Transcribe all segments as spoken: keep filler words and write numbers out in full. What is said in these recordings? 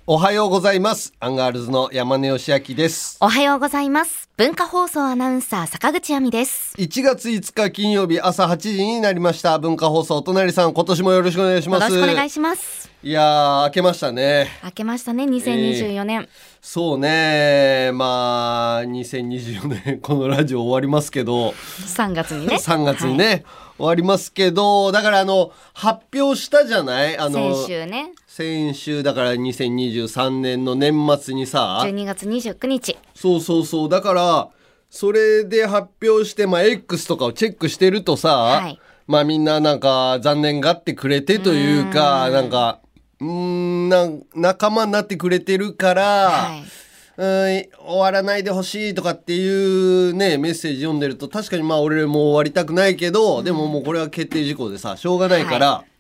おはようございます。アンガールズの山根義明です。 おはようございます。文化放送アナウンサー坂口亜美です。 いちがついつか金曜日朝はちじになりました。文化放送お隣さん、今年もよろしくお願いします。 よろしくお願いします。 いやー、明けましたね。 明けましたね、にせんにじゅうよねん、 えー、そうね、まあにせんにじゅうよねんこのラジオ終わりますけどさんがつにねさんがつにね、はい、終わりますけど、だからあの発表したじゃない、あの先週ね先週だからにせんにじゅうさんねんの年末にさじゅうにがつにじゅうくにち、 そうそうそう、だからそれで発表して、まあ、X とかをチェックしてるとさ、はい、まあみんななんか残念がってくれてというか、うなんかうーんな仲間になってくれてるから、はい、うーん終わらないでほしいとかっていうねメッセージ読んでると、確かにまあ俺も終わりたくないけど、うん、でももうこれは決定事項でさしょうがないから、はい、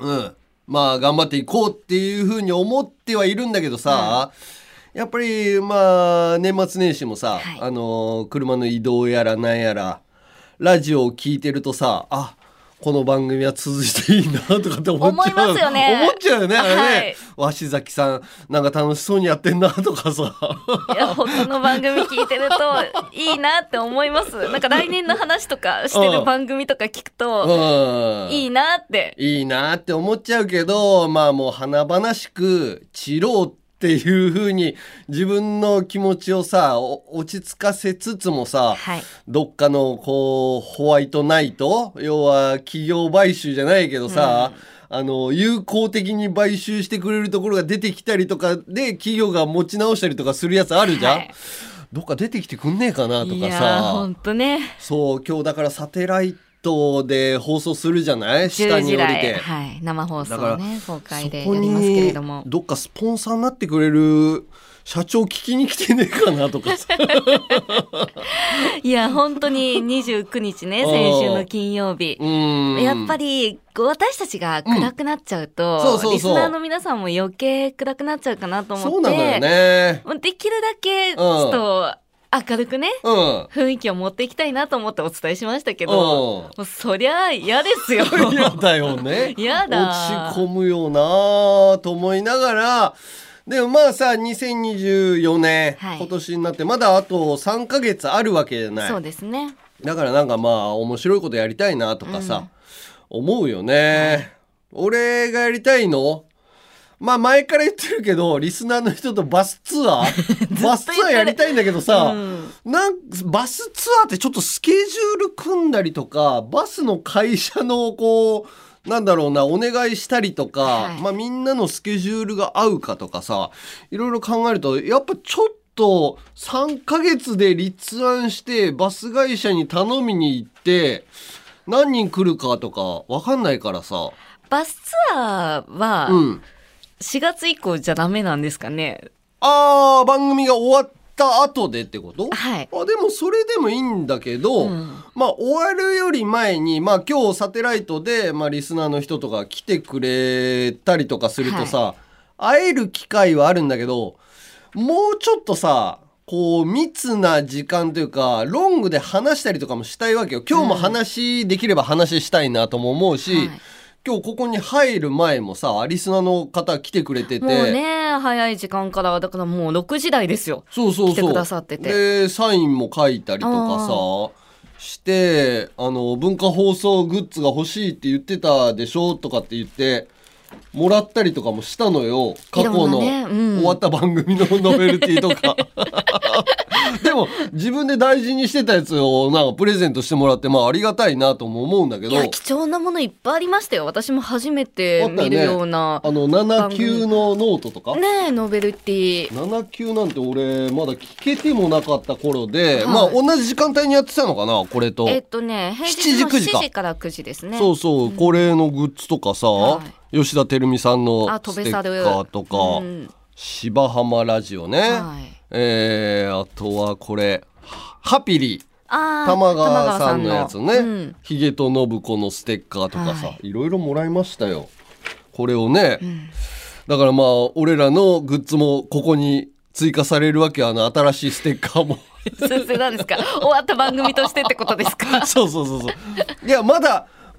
うんまあ頑張っていこうっていうふうに思ってはいるんだけどさ、うん、やっぱりまあ年末年始もさ、はい、あの車の移動やらなんやらラジオを聞いてるとさ、あこの番組は続いていいなとかって思っちゃう、思いますよね、思っちゃうよね、あれね、はい、鷲崎さんなんか楽しそうにやってんなとかさいや他の番組聞いてるといいなって思います。なんか来年の話とかしてる番組とか聞くと、うん、いいなっていいなって思っちゃうけど、まあもう華々しく散ろうってっていう風に自分の気持ちをさ落ち着かせつつもさ、はい、どっかのこうホワイトナイト、要は企業買収じゃないけどさ、うん、あの有効的に買収してくれるところが出てきたりとかで企業が持ち直したりとかするやつあるじゃん、はい、どっか出てきてくんねえかなとかさ。いやほんとね、 そう今日だからサテライトで放送するじゃない、下に降りて、 はい、生放送ね公開でやりますけれども、 どっかスポンサーになってくれる社長聞きに来てねえかなとかさいや本当ににじゅうくにちね先週の金曜日、うんやっぱり私たちが暗くなっちゃうと、うん、そうそうそうリスナーの皆さんも余計暗くなっちゃうかなと思って、 そうなのよね、 できるだけちょっと、うん明るくね、うん、雰囲気を持っていきたいなと思ってお伝えしましたけど、もうそりゃ嫌ですよ嫌だよね嫌だ、 落ち込むよなと思いながら、でもまあさにせんにじゅうよねん、はい、今年になってまだあとさんかげつあるわけじゃない。 そうですね。 だからなんかまあ面白いことやりたいなとかさ、うん、思うよね、はい、俺がやりたいのまあ前から言ってるけどリスナーの人とバスツアーバスツアーやりたいんだけどさ、うん、なんバスツアーってちょっとスケジュール組んだりとかバスの会社のこうなんだろうなお願いしたりとか、はい、まあみんなのスケジュールが合うかとかさいろいろ考えるとやっぱちょっとさんかげつで立案してバス会社に頼みに行って何人来るかとか分かんないからさ。 バスツアーは、うんしがつ以降じゃダメなんですかね。 あー番組が終わった後でってこと、 はい、 あでもそれでもいいんだけど、うん、まあ終わるより前にまあ今日サテライトで、まあ、リスナーの人とか来てくれたりとかするとさ、はい、会える機会はあるんだけどもうちょっとさこう密な時間というかロングで話したりとかもしたいわけよ。今日も話できれば話したいなとも思うし、うんはい今日ここに入る前もさリスナーの方来てくれてて、 もうね早い時間からだからもうろくじ台ですよ。 そうそうそう来てくださっててでサインも書いたりとかさしてあの文化放送グッズが欲しいって言ってたでしょとかって言ってもらったりとかもしたのよ過去の、ねうん、終わった番組のノベルティとかでも自分で大事にしてたやつをなんかプレゼントしてもらってまあありがたいなとも思うんだけど、いや貴重なものいっぱいありましたよ。私も初めて見るような、 ね、あのなな級のノートとかねノベルティなな級なんて俺まだ聞けてもなかった頃で、はい、まあ同じ時間帯にやってたのかなこれと。 えっとね平日のしちじからくじですね。 そうそう、うん、これのグッズとかさ、はい吉田照美さんのステッカーとか、うん、芝浜ラジオね、はいえー、あとはこれハピリ玉川さんのやつね、うん、ヒゲと信子のステッカーとかさ、はい、いろいろもらいましたよこれをね、うん、だからまあ俺らのグッズもここに追加されるわけ。あの新しいステッカーもそれなんですか終わった番組としてってことですかそうそうそうそういやまだ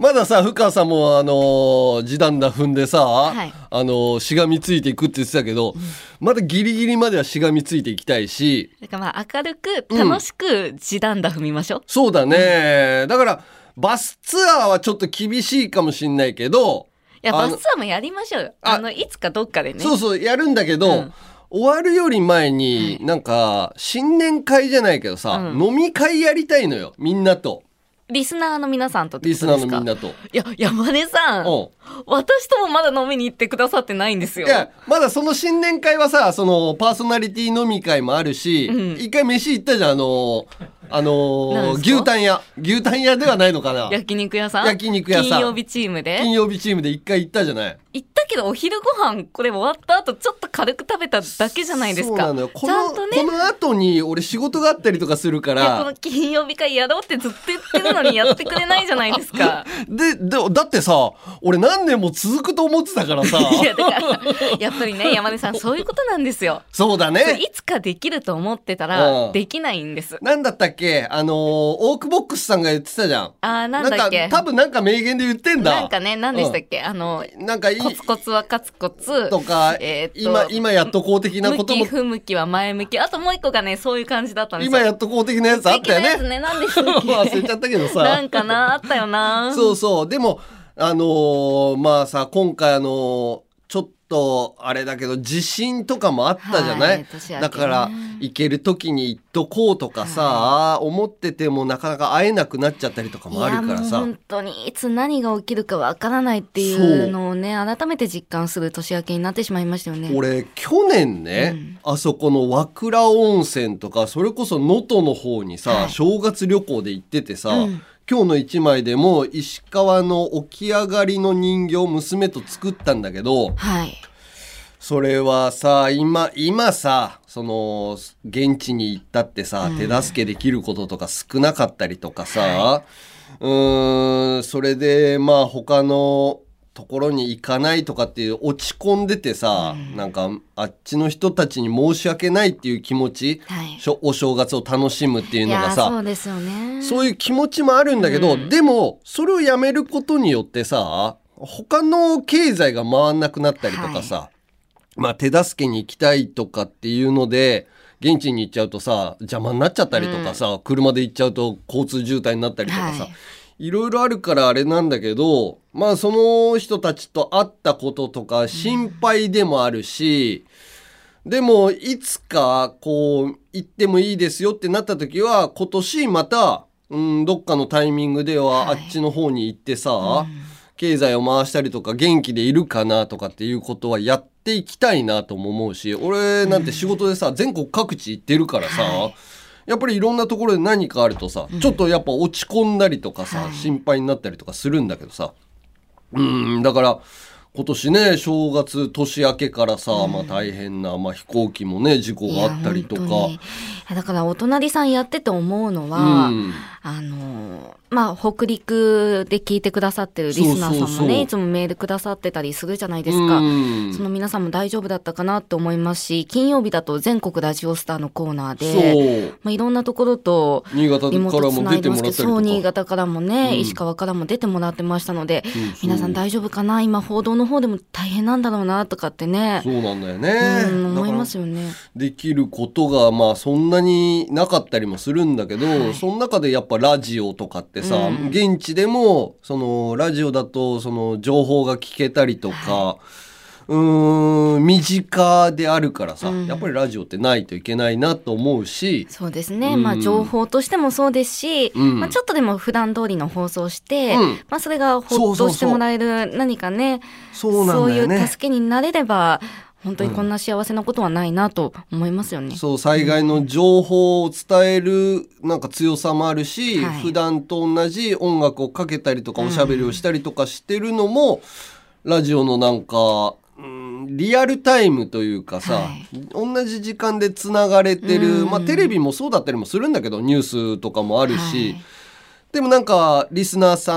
まださ、深川さんもあのー、時短だ踏んでさ、はい、あのー、しがみついていくって言ってたけど、うん、まだギリギリまではしがみついていきたいし、 だからまあ明るく楽しく時短だ踏みましょう、うん、 そうだね、うん、だからバスツアーはちょっと厳しいかもしんないけど、 いやバスツアーもやりましょうよ。あのいつかどっかでね。 そうそうやるんだけど、うん、終わるより前に、はい、なんか新年会じゃないけどさ、うん、飲み会やりたいのよ、みんなと。 リスナーの皆さんとってことですか？リスナーのみんなと。 いや山根さん、私ともまだ飲みに行ってくださってないんですよ。 いやまだその新年会はさ、そのパーソナリティ飲み会もあるし、うん、一回飯行ったじゃん、あのあのー、牛タン屋牛タン屋ではないのかな焼肉屋さん焼肉屋さん金曜日チームで金曜日チームで一回行ったじゃない。 行ったけどお昼ご飯これ終わった後ちょっと軽く食べただけじゃないですか。 そうなのよ。このちゃんとね、この後に俺仕事があったりとかするから、いやこの金曜日会やろうってずっと言ってるのにやってくれないじゃないですかで, でだってさ俺何年も続くと思ってたからさいやだからやっぱりね山根さんそういうことなんですよ。 そうだね、 いつかできると思ってたらできないんです。 なんだったっけ、あのー、オークボックスさんが言ってたじゃん。 あーなんだっけ、 なんか多分なんか名言で言ってんだ。 なんかね何でしたっけ、うん、あのなんかいいコツコツはカツコツとか、えー、っと 今, 今やっとこう的なことも向き不向きは前向き、あともう一個がねそういう感じだったんですよ。 今やっとこう的なやつあったよね。 素敵なやつね、何でしたっけ忘れちゃったけどさなんかなあったよな。 そうそう、でもあのー、まあさ今回あのー、ちょっとあれだけど地震とかもあったじゃない、はい、だから行ける時に行っとこうとかさ、はい、思っててもなかなか会えなくなっちゃったりとかもあるからさ、 本当にいつ何が起きるかわからないっていうのをね改めて実感する年明けになってしまいましたよね。 俺去年ね、うん、あそこの和倉温泉とかそれこそ能登の方にさ、はい、正月旅行で行っててさ、うん、今日の一枚でも石川の起き上がりの人形娘と作ったんだけど、はい、それはさ今今さその現地に行ったってさ、うん、手助けできることとか少なかったりとかさ、はい、うーんそれでまあ他のところに行かないとかっていう落ち込んでてさ、うん、なんかあっちの人たちに申し訳ないっていう気持ち、はい、お正月を楽しむっていうのがさ、 そうですよね、 そういう気持ちもあるんだけど、うん、でもそれをやめることによってさ他の経済が回んなくなったりとかさ、はい、まあ手助けに行きたいとかっていうので現地に行っちゃうとさ邪魔になっちゃったりとかさ、うん、車で行っちゃうと交通渋滞になったりとかさ、はいいろいろあるからあれなんだけど、まあその人たちと会ったこととか心配でもあるし、うん、でもいつかこう行ってもいいですよってなった時は今年また、うん、どっかのタイミングではあっちの方に行ってさ、はいうん、経済を回したりとか元気でいるかなとかっていうことはやっていきたいなとも思うし、俺なんて仕事でさ、うん、全国各地行ってるからさ、はいやっぱりいろんなところで何かあるとさ、うん、ちょっとやっぱ落ち込んだりとかさ、はい、心配になったりとかするんだけどさうんだから今年ね正月年明けからさ、うんまあ、大変な、まあ、飛行機もね事故があったりとかだからお隣さんやってて思うのは、うん、あのまあ北陸で聞いてくださってるリスナーさんもねそうそうそういつもメールくださってたりするじゃないですか、うん、その皆さんも大丈夫だったかなって思いますし金曜日だと全国ラジオスターのコーナーで、まあ、いろんなところと新潟からも出てもらったりとかそう新潟からもね、うん、石川からも出てもらってましたので、うん、皆さん大丈夫かな今報道の方でも大変なんだろうなとかってねそうなんだよね、 うん、思いますよね。 できることがまあそんなになかったりもするんだけど、はい、その中でやっぱラジオとかってさ、うん、現地でもそのラジオだとその情報が聞けたりとか、はい、うーん身近であるからさ、うん、やっぱりラジオってないといけないなと思うしそうですね、うんまあ、情報としてもそうですし、うんまあ、ちょっとでも普段通りの放送して、うんまあ、それがほっとしてもらえる何かねそうなんだよねそういう助けになれれば本当にこんな幸せなことはないなと思いますよね、うん、 そう災害の情報を伝えるなんか強さもあるし、うん、普段と同じ音楽をかけたりとかおしゃべりをしたりとかしてるのも、うん、ラジオのなんか、うん、リアルタイムというかさ、はい、同じ時間でつながれてる、うんまあ、テレビもそうだったりもするんだけどニュースとかもあるし、はいでもなんかリスナーさんと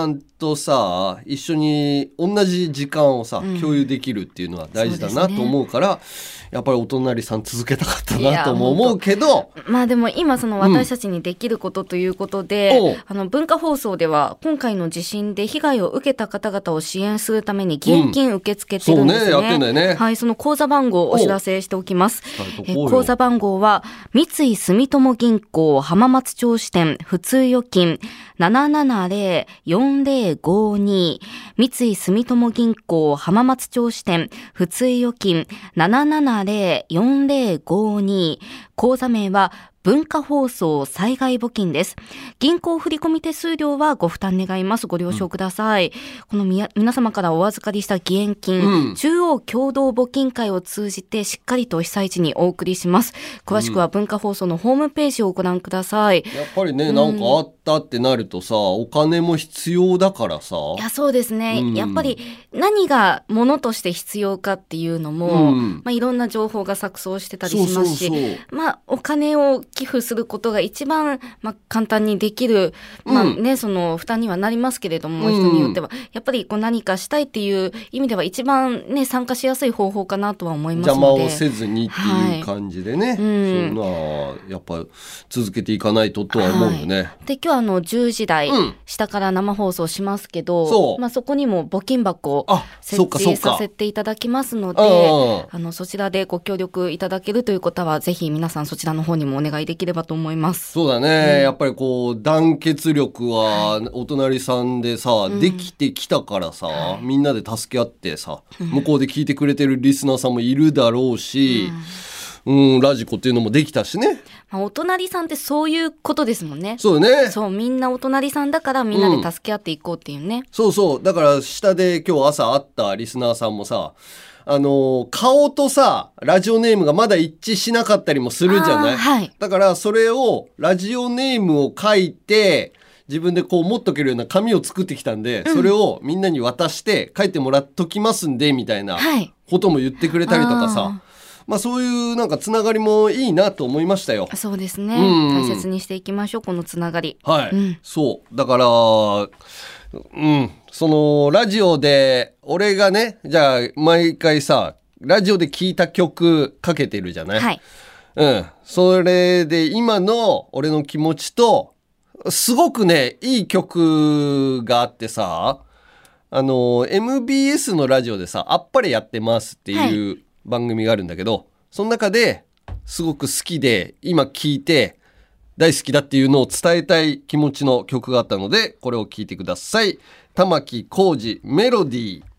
とさ一緒に同じ時間をさ、うん、共有できるっていうのは大事だなと思うから、ね、やっぱりお隣さん続けたかったなとも思うけど、 まあでも今その私たちにできることということで、うん、あの文化放送では今回の地震で被害を受けた方々を支援するために義援金受け付けてるんですね、うん、そうね、やってんだよね。はい、その口座番号をお知らせしておきます。え口座番号は三井住友銀行浜松町支店普通預金ななななゼロ よんゼロごに、三井住友銀行浜松町支店普通預金ななななゼロ よんゼロごに、口座名は文化放送災害募金です。銀行振込手数料はご負担願います。ご了承ください。うん、このみや皆様からお預かりした義援金、うん、中央共同募金会を通じてしっかりと被災地にお送りします。詳しくは文化放送のホームページをご覧ください。 やっぱりね、うん、なんかあったってなるとさ、お金も必要だからさ。 いや、そうですね。うん、やっぱり何がものとして必要かっていうのも、うん、まあ、いろんな情報が錯綜してたりしますし、そうそうそう、まあ、お金を寄付することが一番、まあ、簡単にできる、まあね、うん、その負担にはなりますけれども、人によってはやっぱりこう何かしたいっていう意味では一番ね参加しやすい方法かなとは思いますので、 邪魔をせずにっていう感じでね、はい、うん、そんなやっぱ続けていかないととは思うよね。はい、で今日あのじゅうじ台、うん、下から生放送しますけど、そ, まあ、そこにも募金箱を設置させていただきますので、あのそちらでご協力いただけるという方はぜひ皆さんそちらの方にもお願いできればと思います。 そうだね、うん、やっぱりこう団結力はお隣さんでさ、はい、できてきたからさ、うん、みんなで助け合ってさ、うん、向こうで聞いてくれてるリスナーさんもいるだろうし、うんうん、ラジコっていうのもできたしね、 まあ、お隣さんってそういうことですもんね。 そうね、 そう、みんなお隣さんだからみんなで助け合っていこうっていうね、うん、 そうそう、だから下で今日朝会ったリスナーさんもさ、あの顔とさラジオネームがまだ一致しなかったりもするじゃない、はい、だからそれをラジオネームを書いて自分でこう持っとけるような紙を作ってきたんで、うん、それをみんなに渡して書いてもらっときますんでみたいなことも言ってくれたりとかさ、はい、まあそういうなんかつながりもいいなと思いましたよ。 そうですね、うん、大切にしていきましょうこのつながり。 はい、うん、そうだからうん、そのラジオで俺がね、じゃあ毎回さラジオで聴いた曲かけてるじゃない、はい、うん、それで今の俺の気持ちとすごくねいい曲があってさ、あの エムビーエス のラジオでさあっぱれやってますっていう番組があるんだけど、はい、その中ですごく好きで今聴いて大好きだっていうのを伝えたい気持ちの曲があったのでこれを聴いてください。玉置浩二メロディー。